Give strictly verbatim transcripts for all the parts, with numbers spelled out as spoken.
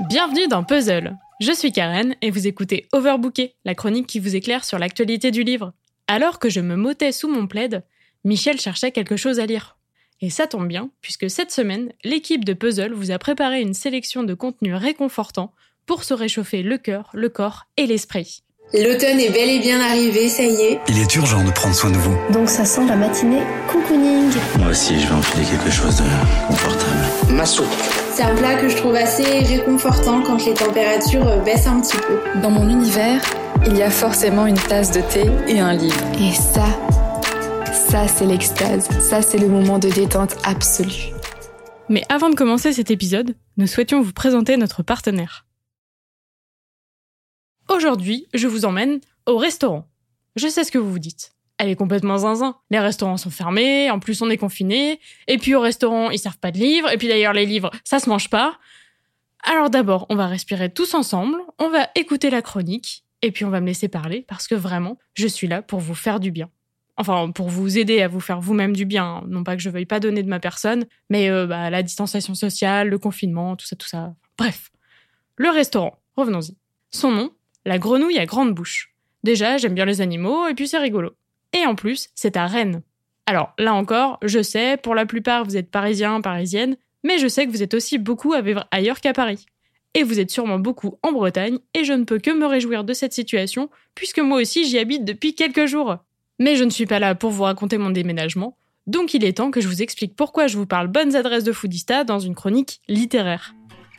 Bienvenue dans Puzzle. Je suis Karen et vous écoutez Overbooké, la chronique qui vous éclaire sur l'actualité du livre. Alors que je me mottais sous mon plaid, Michel cherchait quelque chose à lire. Et ça tombe bien, puisque cette semaine, l'équipe de Puzzle vous a préparé une sélection de contenus réconfortants pour se réchauffer le cœur, le corps et l'esprit. L'automne est bel et bien arrivé, ça y est. Il est urgent de prendre soin de vous. Donc ça sent la matinée cocooning. Moi aussi, je vais enfiler quelque chose de confortable. Ma soupe. C'est un plat que je trouve assez réconfortant quand les températures baissent un petit peu. Dans mon univers, il y a forcément une tasse de thé et un livre. Et ça, ça c'est l'extase. Ça c'est le moment de détente absolue. Mais avant de commencer cet épisode, nous souhaitions vous présenter notre partenaire. Aujourd'hui, je vous emmène au restaurant. Je sais ce que vous vous dites. Elle est complètement zinzin. Les restaurants sont fermés, en plus on est confinés, et puis au restaurant, ils servent pas de livres, et puis d'ailleurs les livres, ça se mange pas. Alors d'abord, on va respirer tous ensemble, on va écouter la chronique, et puis on va me laisser parler, parce que vraiment, je suis là pour vous faire du bien. Enfin, pour vous aider à vous faire vous-même du bien. Non pas que je veuille pas donner de ma personne, mais euh, bah, la distanciation sociale, le confinement, tout ça, tout ça. Bref. Le restaurant, revenons-y. Son nom, la grenouille à grande bouche. Déjà, j'aime bien les animaux, et puis c'est rigolo. Et en plus, c'est à Rennes. Alors, là encore, je sais, pour la plupart, vous êtes parisiens, parisiennes, mais je sais que vous êtes aussi beaucoup à vivre ailleurs qu'à Paris. Et vous êtes sûrement beaucoup en Bretagne, et je ne peux que me réjouir de cette situation, puisque moi aussi j'y habite depuis quelques jours. Mais je ne suis pas là pour vous raconter mon déménagement, donc il est temps que je vous explique pourquoi je vous parle bonnes adresses de foodista dans une chronique littéraire.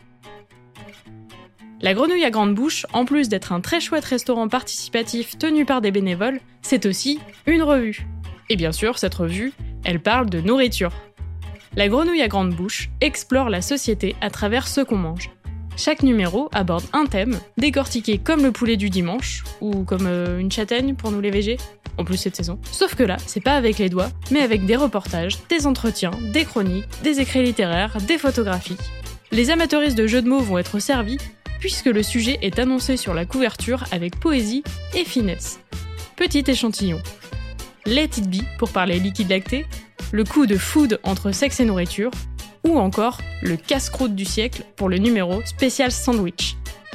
La grenouille à grande bouche, en plus d'être un très chouette restaurant participatif tenu par des bénévoles, c'est aussi une revue. Et bien sûr, cette revue, elle parle de nourriture. La grenouille à grande bouche explore la société à travers ce qu'on mange. Chaque numéro aborde un thème, décortiqué comme le poulet du dimanche, ou comme euh, une châtaigne pour nous les végés, en plus cette saison. Sauf que là, c'est pas avec les doigts, mais avec des reportages, des entretiens, des chroniques, des écrits littéraires, des photographies. Les amateuristes de jeux de mots vont être servis, puisque le sujet est annoncé sur la couverture avec poésie et finesse. Petit échantillon. Let it be pour parler liquide lacté, le coup de food entre sexe et nourriture, ou encore le casse-croûte du siècle pour le numéro spécial sandwich.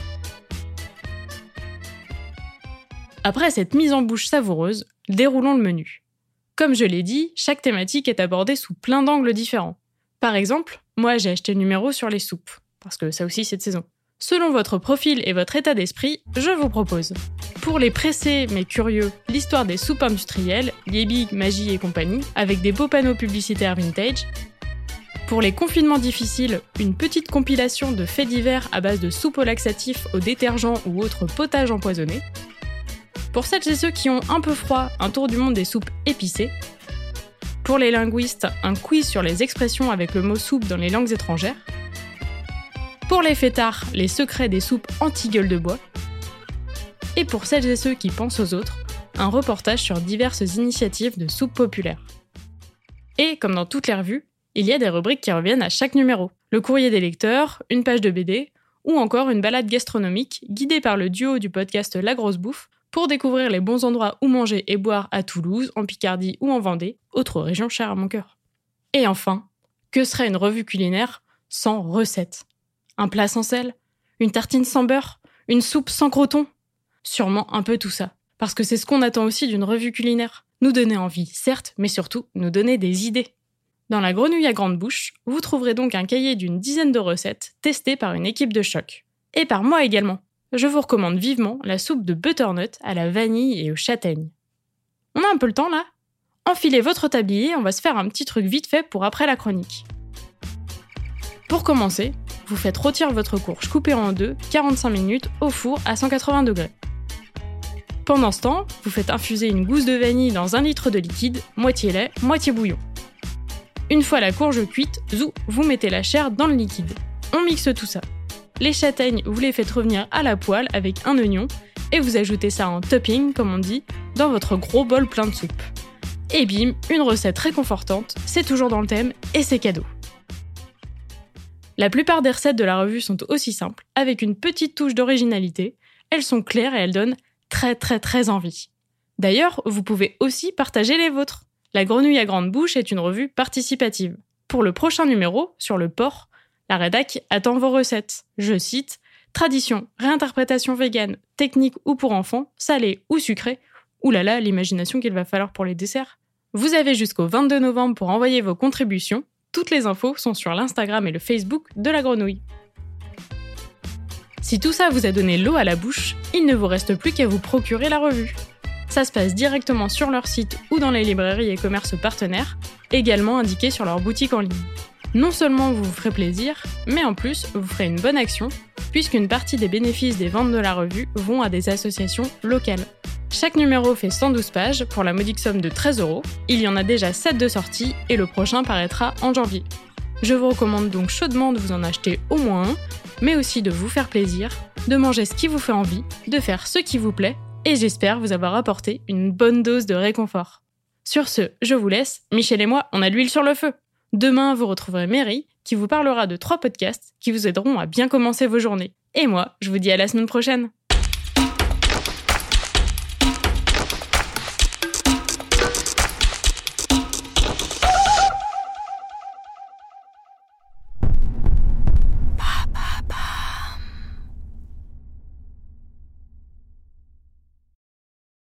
Après cette mise en bouche savoureuse, déroulons le menu. Comme je l'ai dit, chaque thématique est abordée sous plein d'angles différents. Par exemple, moi j'ai acheté le numéro sur les soupes, parce que ça aussi c'est de saison. Selon votre profil et votre état d'esprit, je vous propose, pour les pressés mais curieux, l'histoire des soupes industrielles, Liebig, Magie et compagnie, avec des beaux panneaux publicitaires vintage. Pour les confinements difficiles, une petite compilation de faits divers à base de soupes au laxatif, au détergent ou autres potages empoisonnés. Pour celles et ceux qui ont un peu froid, un tour du monde des soupes épicées. Pour les linguistes, un quiz sur les expressions avec le mot soupe dans les langues étrangères. Pour les fêtards, les secrets des soupes anti-gueule de bois. Et pour celles et ceux qui pensent aux autres, un reportage sur diverses initiatives de soupes populaires. Et comme dans toutes les revues, il y a des rubriques qui reviennent à chaque numéro. Le courrier des lecteurs, une page de B D, ou encore une balade gastronomique guidée par le duo du podcast La Grosse Bouffe pour découvrir les bons endroits où manger et boire à Toulouse, en Picardie ou en Vendée, autre région chère à mon cœur. Et enfin, que serait une revue culinaire sans recettes ? Un plat sans sel, une tartine sans beurre, une soupe sans croton. Sûrement un peu tout ça. Parce que c'est ce qu'on attend aussi d'une revue culinaire. Nous donner envie, certes, mais surtout nous donner des idées. Dans la grenouille à grande bouche, vous trouverez donc un cahier d'une dizaine de recettes testées par une équipe de choc. Et par moi également. Je vous recommande vivement la soupe de butternut à la vanille et aux châtaignes. On a un peu le temps là ? Enfilez votre tablier, on va se faire un petit truc vite fait pour après la chronique. Pour commencer, vous faites rôtir votre courge coupée en deux, quarante-cinq minutes, au four à cent quatre-vingts degrés. Pendant ce temps, vous faites infuser une gousse de vanille dans un litre de liquide, moitié lait, moitié bouillon. Une fois la courge cuite, zou, vous mettez la chair dans le liquide. On mixe tout ça. Les châtaignes, vous les faites revenir à la poêle avec un oignon et vous ajoutez ça en topping, comme on dit, dans votre gros bol plein de soupe. Et bim, une recette réconfortante, c'est toujours dans le thème et c'est cadeau. La plupart des recettes de la revue sont aussi simples, avec une petite touche d'originalité. Elles sont claires et elles donnent très très très envie. D'ailleurs, vous pouvez aussi partager les vôtres. La grenouille à grande bouche est une revue participative. Pour le prochain numéro, sur le porc, la rédac attend vos recettes. Je cite Tradition, réinterprétation végane, technique ou pour enfants, salé ou sucré, oulala, l'imagination qu'il va falloir pour les desserts. Vous avez jusqu'au vingt-deux novembre pour envoyer vos contributions. Toutes les infos sont sur l'Instagram et le Facebook de la Grenouille. Si tout ça vous a donné l'eau à la bouche, il ne vous reste plus qu'à vous procurer la revue. Ça se passe directement sur leur site ou dans les librairies et commerces partenaires, également indiqués sur leur boutique en ligne. Non seulement vous vous ferez plaisir, mais en plus vous ferez une bonne action, puisqu'une partie des bénéfices des ventes de la revue vont à des associations locales. Chaque numéro fait cent douze pages pour la modique somme de treize euros. Il y en a déjà sept de sortie et le prochain paraîtra en janvier. Je vous recommande donc chaudement de vous en acheter au moins un, mais aussi de vous faire plaisir, de manger ce qui vous fait envie, de faire ce qui vous plaît, et j'espère vous avoir apporté une bonne dose de réconfort. Sur ce, je vous laisse, Michel et moi, on a l'huile sur le feu. Demain, vous retrouverez Mary, qui vous parlera de trois podcasts qui vous aideront à bien commencer vos journées. Et moi, je vous dis à la semaine prochaine.